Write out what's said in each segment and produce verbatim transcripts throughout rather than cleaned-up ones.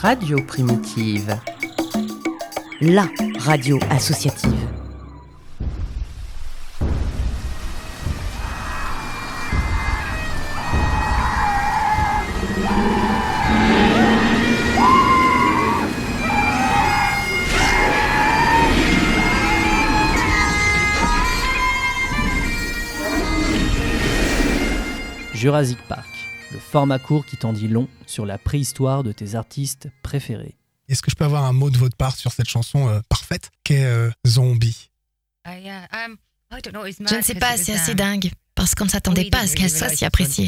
Radio Primitive. La radio associative. Jurassic Park, le format court qui t'en dit long sur la préhistoire de tes artistes préférés. Est-ce que je peux avoir un mot de votre part sur cette chanson euh, parfaite qu'est euh, Zombie? Je ne sais pas, c'est assez dingue. Parce qu'on ne s'attendait pas à ce qu'elle soit si appréciée.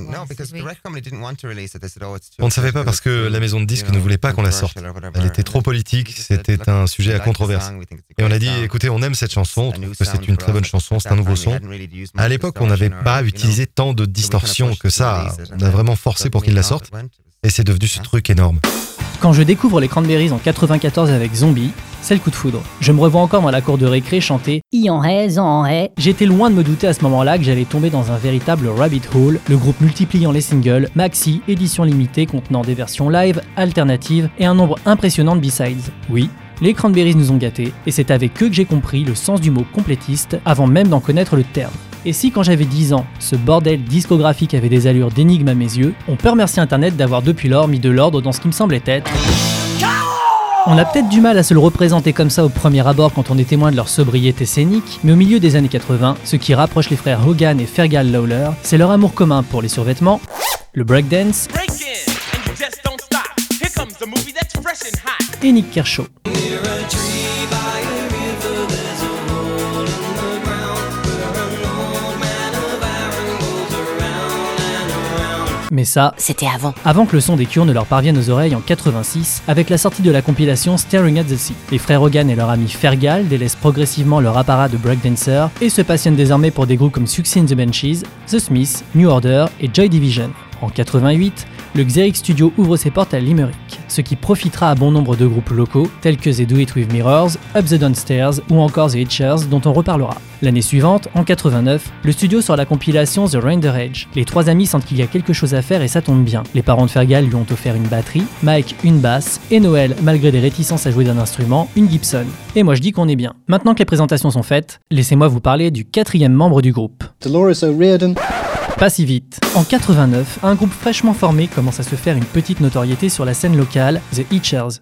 On ne savait pas parce que la maison de disques ne voulait pas qu'on la sorte. Elle était trop politique, c'était un sujet à controverse. Et on a dit, écoutez, on aime cette chanson, on trouve que c'est une très bonne chanson, c'est un nouveau son. À l'époque, on n'avait pas utilisé tant de distorsion que ça. On a vraiment forcé pour qu'ils la sortent. Et c'est devenu ce truc énorme. Quand je découvre les Cranberries en quatre-vingt-quatorze avec Zombie, c'est le coup de foudre. Je me revois encore dans la cour de récré chanter « I en haise, en haie ». J'étais loin de me douter à ce moment-là que j'allais tomber dans un véritable rabbit hole, le groupe multipliant les singles, maxi, édition limitée contenant des versions live, alternatives et un nombre impressionnant de B-sides. Oui, les Cranberries nous ont gâtés, et c'est avec eux que j'ai compris le sens du mot complétiste avant même d'en connaître le terme. Et si quand j'avais dix ans, ce bordel discographique avait des allures d'énigme à mes yeux, on peut remercier Internet d'avoir depuis lors mis de l'ordre dans ce qui me semblait être... On a peut-être du mal à se le représenter comme ça au premier abord quand on est témoin de leur sobriété scénique, mais au milieu des années quatre-vingts, ce qui rapproche les frères Hogan et Fergal Lawler, c'est leur amour commun pour les survêtements, le breakdance et Nick Kershaw. Mais ça, c'était avant. Avant que le son des Cure ne leur parvienne aux oreilles en quatre-vingt-six, avec la sortie de la compilation Staring at the Sea. Les frères Hogan et leur ami Fergal délaissent progressivement leur apparat de breakdancer et se passionnent désormais pour des groupes comme Siouxsie and the Banshees, The Smiths, New Order et Joy Division. En quatre-vingt-huit, le Xeric Studio ouvre ses portes à Limerick, ce qui profitera à bon nombre de groupes locaux tels que The Do It With Mirrors, Up the Downstairs ou encore The Hitchers dont on reparlera. L'année suivante, en quatre-vingt-neuf, le studio sort la compilation The Render Age. Les trois amis sentent qu'il y a quelque chose à faire et ça tombe bien. Les parents de Fergal lui ont offert une batterie, Mike une basse et Noël, malgré des réticences à jouer d'un instrument, une Gibson. Et moi je dis qu'on est bien. Maintenant que les présentations sont faites, laissez-moi vous parler du quatrième membre du groupe. Dolores O'Riordan. Pas si vite. En quatre-vingt-neuf, un groupe fraîchement formé commence à se faire une petite notoriété sur la scène locale, The Hitchers.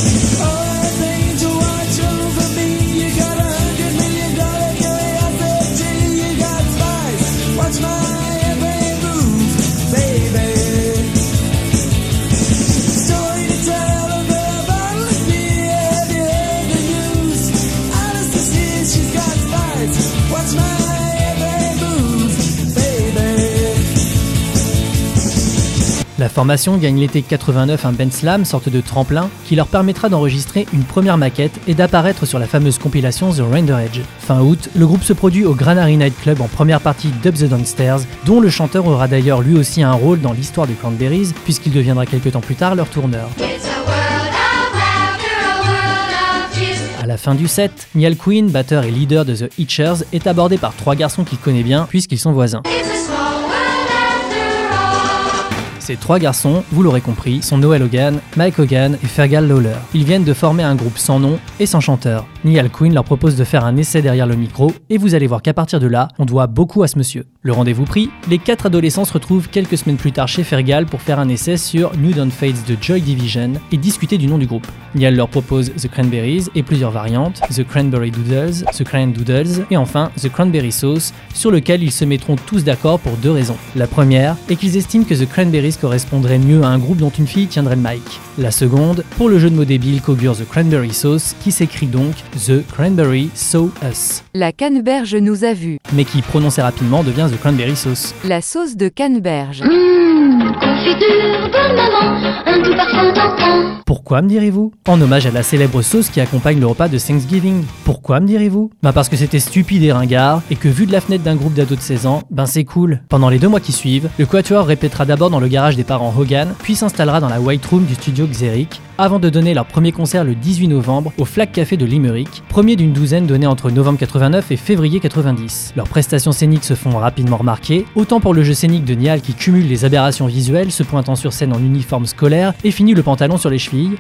La formation gagne l'été quatre-vingt-neuf un band slam, sorte de tremplin, qui leur permettra d'enregistrer une première maquette et d'apparaître sur la fameuse compilation The Render Age. Fin août, le groupe se produit au Granary Night Club en première partie d'Up the Downstairs, dont le chanteur aura d'ailleurs lui aussi un rôle dans l'histoire des Cranberries, puisqu'il deviendra quelques temps plus tard leur tourneur. À la fin du set, Niall Quinn, batteur et leader de The Hitchers, est abordé par trois garçons qu'il connaît bien, puisqu'ils sont voisins. Ces trois garçons, vous l'aurez compris, sont Noel Hogan, Mike Hogan et Fergal Lawler. Ils viennent de former un groupe sans nom et sans chanteur. Niall Quinn leur propose de faire un essai derrière le micro et vous allez voir qu'à partir de là, on doit beaucoup à ce monsieur. Le rendez-vous pris, les quatre adolescents se retrouvent quelques semaines plus tard chez Fergal pour faire un essai sur New Dawn Fades de Joy Division et discuter du nom du groupe. Niall leur propose The Cranberries et plusieurs variantes, The Cranberry Doodles, The Cran Doodles et enfin The Cranberry Sauce, sur lequel ils se mettront tous d'accord pour deux raisons. La première est qu'ils estiment que The Cranberries correspondrait mieux à un groupe dont une fille tiendrait le mic. La seconde, pour le jeu de mots débile qu'augure The Cranberry Sauce, qui s'écrit donc The Cranberry Saw Us. La canneberge nous a vus. Mais qui, prononcé rapidement, devient The Cranberry Sauce. La sauce de canneberge. Mmh, confiture de maman, un doux parfum d'enfant. Pourquoi, me direz-vous? En hommage à la célèbre sauce qui accompagne le repas de Thanksgiving. Pourquoi, me direz-vous? Bah parce que c'était stupide et ringard, et que vu de la fenêtre d'un groupe d'ados de seize ans, ben c'est cool. Pendant les deux mois qui suivent, le quatuor répétera d'abord dans le garage des parents Hogan, puis s'installera dans la White Room du studio Xeric, avant de donner leur premier concert le dix-huit novembre au Flag Café de Limerick, premier d'une douzaine donnés entre novembre quatre-vingt-neuf et février quatre-vingt-dix. Leurs prestations scéniques se font rapidement remarquer, autant pour le jeu scénique de Niall qui cumule les aberrations visuelles, se pointant sur scène en uniforme scolaire et finit le pantalon sur les chevilles,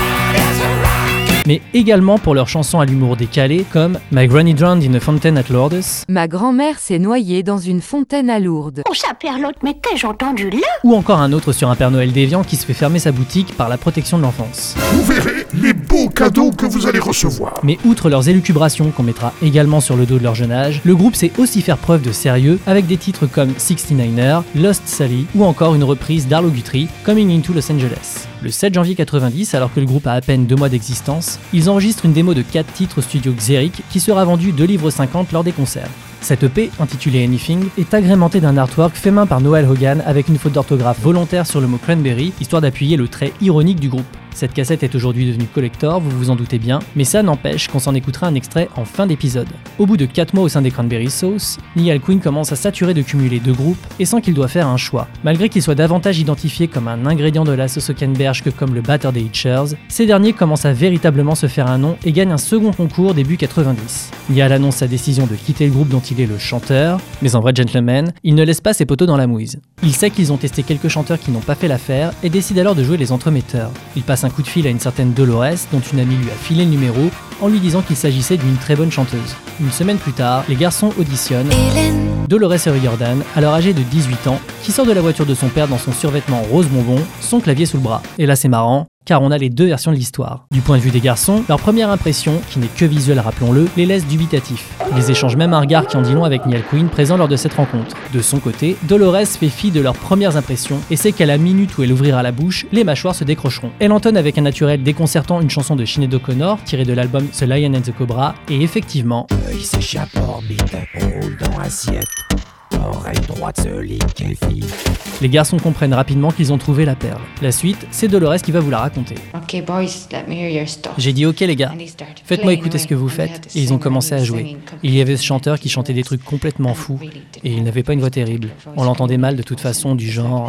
mais également pour leurs chansons à l'humour décalé comme My Granny Drowned in a Fountain at Lourdes. Ma grand-mère s'est noyée dans une fontaine à Lourdes. On s'aperlote, mais qu'ai-je entendu là? Ou encore un autre sur un Père Noël déviant qui se fait fermer sa boutique par la protection de l'enfance. Vous verrez les beaux cadeaux que vous allez recevoir. Mais outre leurs élucubrations qu'on mettra également sur le dos de leur jeune âge, le groupe sait aussi faire preuve de sérieux avec des titres comme sixty-niner, Lost Sally ou encore une reprise d'Arlo Guthrie, Coming into Los Angeles. Le sept janvier quatre-vingt-dix, alors que le groupe a à peine deux mois d'existence, ils enregistrent une démo de quatre titres au studio Xeric qui sera vendue deux livres cinquante lors des concerts. Cette E P, intitulée Anything, est agrémentée d'un artwork fait main par Noel Hogan avec une faute d'orthographe volontaire sur le mot cranberry, histoire d'appuyer le trait ironique du groupe. Cette cassette est aujourd'hui devenue collector, vous vous en doutez bien, mais ça n'empêche qu'on s'en écoutera un extrait en fin d'épisode. Au bout de quatre mois au sein des Cranberry Sauce, Niall Quinn commence à saturer de cumuler deux groupes et sent qu'il doit faire un choix. Malgré qu'il soit davantage identifié comme un ingrédient de la sauce Canberge que comme le batteur des Hitchers, ces derniers commencent à véritablement se faire un nom et gagnent un second concours début quatre-vingt-dix. Niall annonce sa décision de quitter le groupe dont il est le chanteur, mais en vrai gentleman, il ne laisse pas ses poteaux dans la mouise. Il sait qu'ils ont testé quelques chanteurs qui n'ont pas fait l'affaire et décide alors de jouer les entremetteurs. Il passe un coup de fil à une certaine Dolores, dont une amie lui a filé le numéro, en lui disant qu'il s'agissait d'une très bonne chanteuse. Une semaine plus tard, les garçons auditionnent Dolores O'Riordan, alors âgée de dix-huit ans, qui sort de la voiture de son père dans son survêtement rose bonbon, son clavier sous le bras. Et là c'est marrant, car on a les deux versions de l'histoire. Du point de vue des garçons, leur première impression, qui n'est que visuelle rappelons-le, les laisse dubitatifs. Ils échangent même un regard qui en dit long avec Niall Quinn présent lors de cette rencontre. De son côté, Dolores fait fi de leurs premières impressions et sait qu'à la minute où elle ouvrira la bouche, les mâchoires se décrocheront. Elle entonne avec un naturel déconcertant une chanson de Sinéad O'Connor tirée de l'album The Lion and the Cobra et effectivement... Il s'échappe orbite, roule dans assiette. Oreille droite se liquéfie. Les garçons comprennent rapidement qu'ils ont trouvé la perle. La suite, c'est Dolores qui va vous la raconter. Okay, boys, let me hear your stuff. J'ai dit ok les gars, faites-moi écouter ce que vous faites, et ils ont commencé à jouer. Il y avait ce chanteur qui chantait des trucs complètement fous, et il n'avait pas une voix terrible. On l'entendait mal de toute façon, du genre...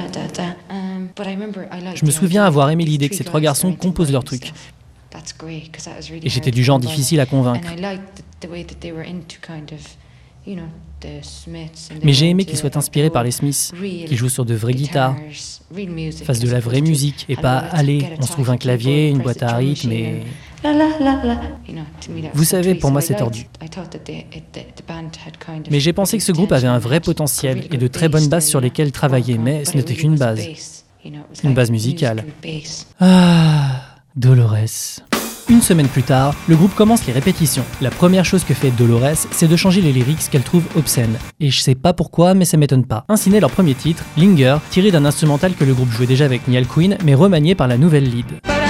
Je me souviens avoir aimé l'idée que ces trois garçons composent leurs trucs. Et j'étais du genre difficile à convaincre. Mais j'ai aimé qu'ils soient inspirés par les Smiths, qui jouent sur de vraies guitares, fassent de la vraie musique, et pas « allez, on se trouve un clavier, une boîte à rythme et... » Vous savez, pour moi c'est tordu. Mais j'ai pensé que ce groupe avait un vrai potentiel et de très bonnes bases sur lesquelles travailler, mais ce n'était qu'une base. Une base musicale. Ah, Dolores... Une semaine plus tard, le groupe commence les répétitions. La première chose que fait Dolores, c'est de changer les lyrics qu'elle trouve obscènes. Et je sais pas pourquoi, mais ça m'étonne pas. Ainsi naît leur premier titre, Linger, tiré d'un instrumental que le groupe jouait déjà avec Niall Quinn, mais remanié par la nouvelle lead.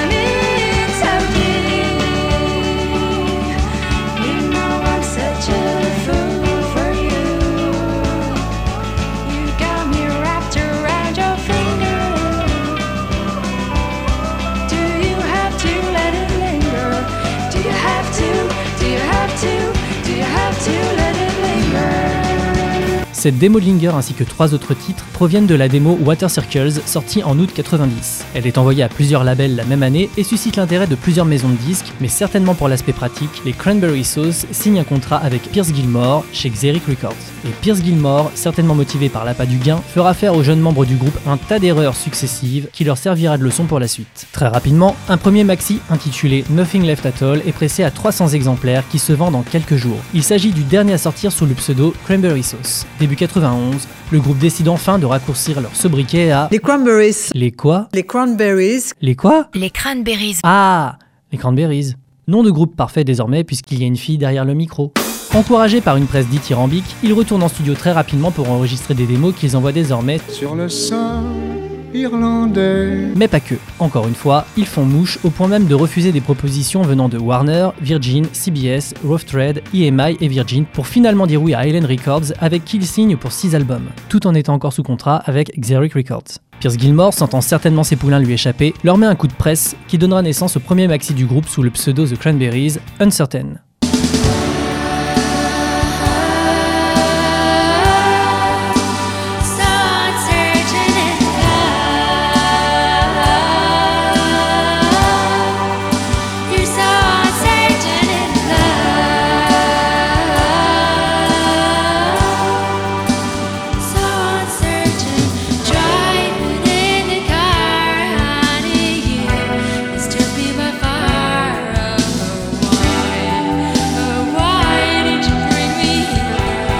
Cette démo Linger ainsi que trois autres titres proviennent de la démo Water Circles sortie en août quatre-vingt-dix. Elle est envoyée à plusieurs labels la même année et suscite l'intérêt de plusieurs maisons de disques, mais certainement pour l'aspect pratique, les Cranberry Sauce signent un contrat avec Pierce Gilmore chez Xeric Records. Et Pierce Gilmore, certainement motivé par l'appât du gain, fera faire aux jeunes membres du groupe un tas d'erreurs successives qui leur servira de leçon pour la suite. Très rapidement, un premier maxi intitulé Nothing Left At All est pressé à trois cents exemplaires qui se vendent en quelques jours. Il s'agit du dernier à sortir sous le pseudo Cranberry Sauce. Début quatre-vingt-onze, le groupe décide enfin de raccourcir leur sobriquet à... Les Cranberries. Les quoi? Les Cranberries. Les quoi? Les Cranberries. Ah, les Cranberries. Nom de groupe parfait désormais puisqu'il y a une fille derrière le micro. Encouragés par une presse dithyrambique, ils retournent en studio très rapidement pour enregistrer des démos qu'ils envoient désormais sur le sol irlandais. Mais pas que. Encore une fois, ils font mouche au point même de refuser des propositions venant de Warner, Virgin, C B S, Rough Trade, E M I et Virgin pour finalement dire oui à Island Records avec qui ils signent pour six albums, tout en étant encore sous contrat avec Xeric Records. Pierce Gilmore, sentant certainement ses poulains lui échapper, leur met un coup de presse qui donnera naissance au premier maxi du groupe sous le pseudo The Cranberries, Uncertain.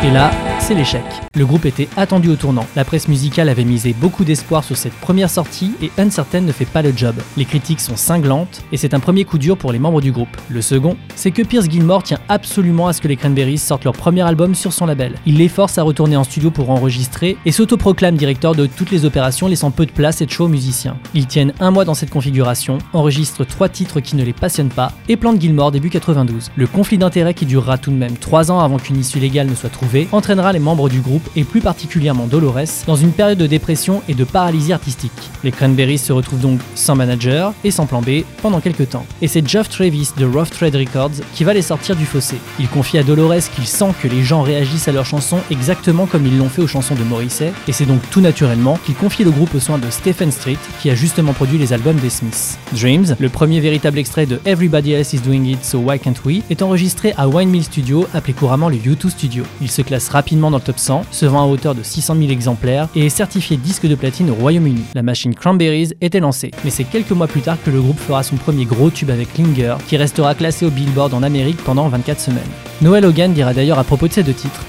Et là, c'est l'échec. Le groupe était attendu au tournant. La presse musicale avait misé beaucoup d'espoir sur cette première sortie et Uncertain ne fait pas le job. Les critiques sont cinglantes et c'est un premier coup dur pour les membres du groupe. Le second, c'est que Pierce Gilmore tient absolument à ce que les Cranberries sortent leur premier album sur son label. Il les force à retourner en studio pour enregistrer et s'autoproclame directeur de toutes les opérations, laissant peu de place et de show aux musiciens. Ils tiennent un mois dans cette configuration, enregistrent trois titres qui ne les passionnent pas et plantent Gilmore début quatre-vingt-douze. Le conflit d'intérêts qui durera tout de même trois ans avant qu'une issue légale ne soit trouvée entraînera les membres du groupe et plus particulièrement Dolores dans une période de dépression et de paralysie artistique. Les Cranberries se retrouvent donc sans manager et sans plan B pendant quelques temps. Et c'est Geoff Travis de Rough Trade Records qui va les sortir du fossé. Il confie à Dolores qu'il sent que les gens réagissent à leurs chansons exactement comme ils l'ont fait aux chansons de Morrissey et c'est donc tout naturellement qu'il confie le groupe aux soins de Stephen Street qui a justement produit les albums des Smiths. Dreams, le premier véritable extrait de Everybody Else Is Doing It So Why Can't We, est enregistré à Windmill Studio, appelé couramment le U deux Studio. Il se classe rapidement dans le top cent, se vend à hauteur de six cent mille exemplaires et est certifié disque de platine au Royaume-Uni. La machine Cranberries était lancée, mais c'est quelques mois plus tard que le groupe fera son premier gros tube avec Linger, qui restera classé au Billboard en Amérique pendant vingt-quatre semaines. Noel Hogan dira d'ailleurs à propos de ces deux titres: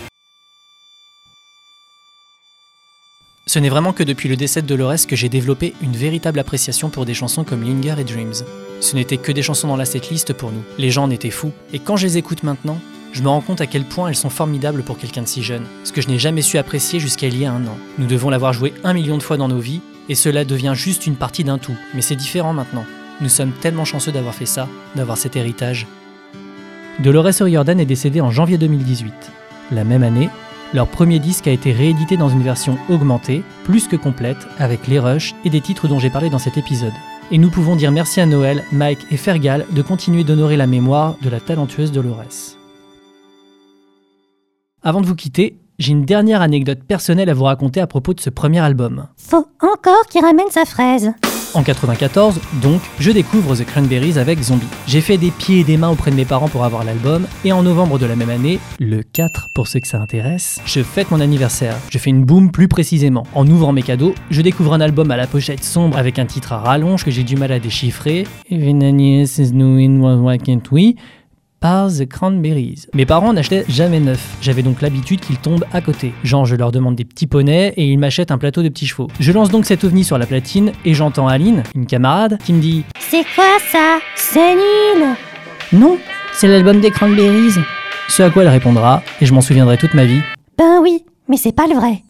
ce n'est vraiment que depuis le décès de Dolores que j'ai développé une véritable appréciation pour des chansons comme Linger et Dreams. Ce n'étaient que des chansons dans la setlist pour nous. Les gens en étaient fous, et quand je les écoute maintenant, je me rends compte à quel point elles sont formidables pour quelqu'un de si jeune, ce que je n'ai jamais su apprécier jusqu'à il y a un an. Nous devons l'avoir joué un million de fois dans nos vies, et cela devient juste une partie d'un tout. Mais c'est différent maintenant. Nous sommes tellement chanceux d'avoir fait ça, d'avoir cet héritage. Dolores O'Riordan est décédée en janvier deux mille dix-huit. La même année, leur premier disque a été réédité dans une version augmentée, plus que complète, avec les rushs et des titres dont j'ai parlé dans cet épisode. Et nous pouvons dire merci à Noel, Mike et Fergal de continuer d'honorer la mémoire de la talentueuse Dolores. Avant de vous quitter, j'ai une dernière anecdote personnelle à vous raconter à propos de ce premier album. Faut encore qu'il ramène sa fraise. En quatre-vingt-quatorze, donc, je découvre The Cranberries avec Zombie. J'ai fait des pieds et des mains auprès de mes parents pour avoir l'album, et en novembre de la même année, le quatre pour ceux que ça intéresse, je fête mon anniversaire. Je fais une boum plus précisément. En ouvrant mes cadeaux, je découvre un album à la pochette sombre avec un titre à rallonge que j'ai du mal à déchiffrer. Everybody else is doing why can't we? Par The Cranberries. Mes parents n'achetaient jamais neuf, j'avais donc l'habitude qu'ils tombent à côté. Genre je leur demande des petits poneys et ils m'achètent un plateau de petits chevaux. Je lance donc cet ovni sur la platine et j'entends Aline, une camarade, qui me dit: c'est quoi ça? C'est nul. Non, c'est l'album des Cranberries. Ce à quoi elle répondra, et je m'en souviendrai toute ma vie: ben oui, mais c'est pas le vrai.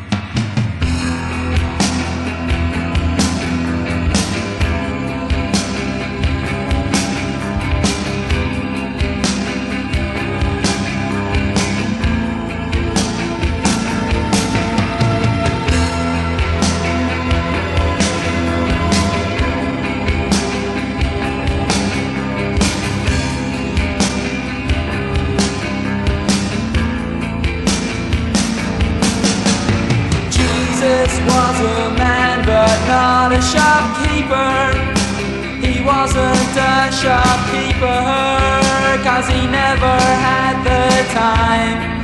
Was a man but not a shopkeeper. He wasn't a shopkeeper, cause he never had the time.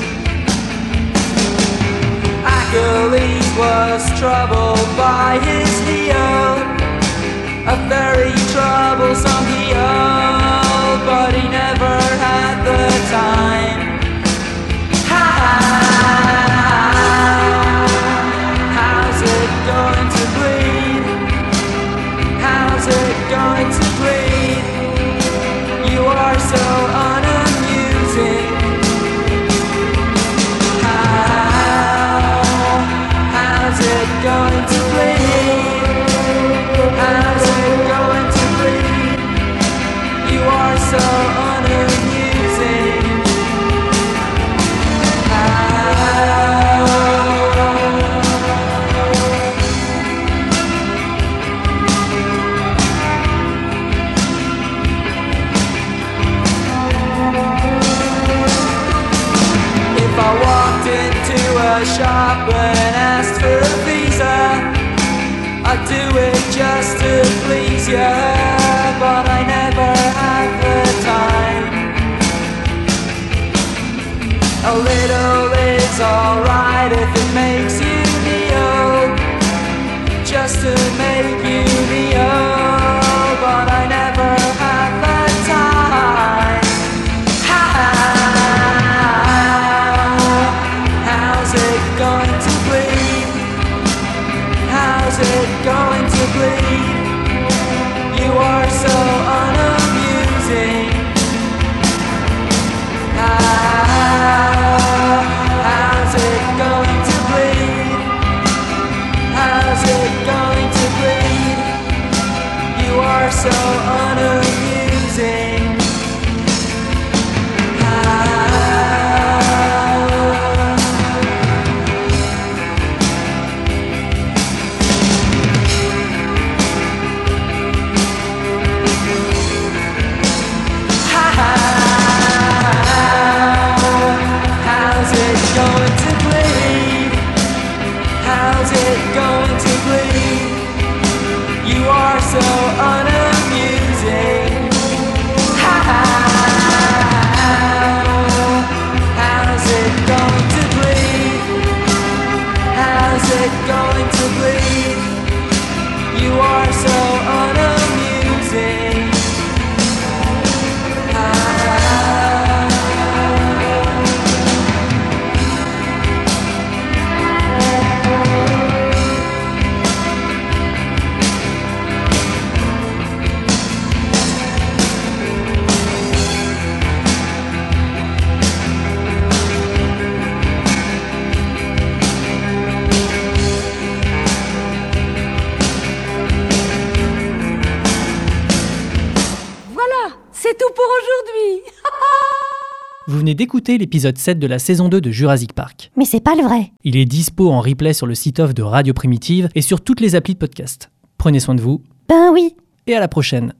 Achilles was troubled by his heel, a very troublesome heel, but he never had the time. Going to bleed? How's it going to bleed? You are so unamusing. How? How's it going to bleed? How's it going to bleed? are so unamusing. So unamusing. How, how's it going to bleed? How's it going to bleed? You are so unamusing. C'est tout pour aujourd'hui. Vous venez d'écouter l'épisode sept de la saison deux de Jurassic Park. Mais c'est pas le vrai. Il est dispo en replay sur le site off de Radio Primitive et sur toutes les applis de podcast. Prenez soin de vous. Ben oui. Et à la prochaine.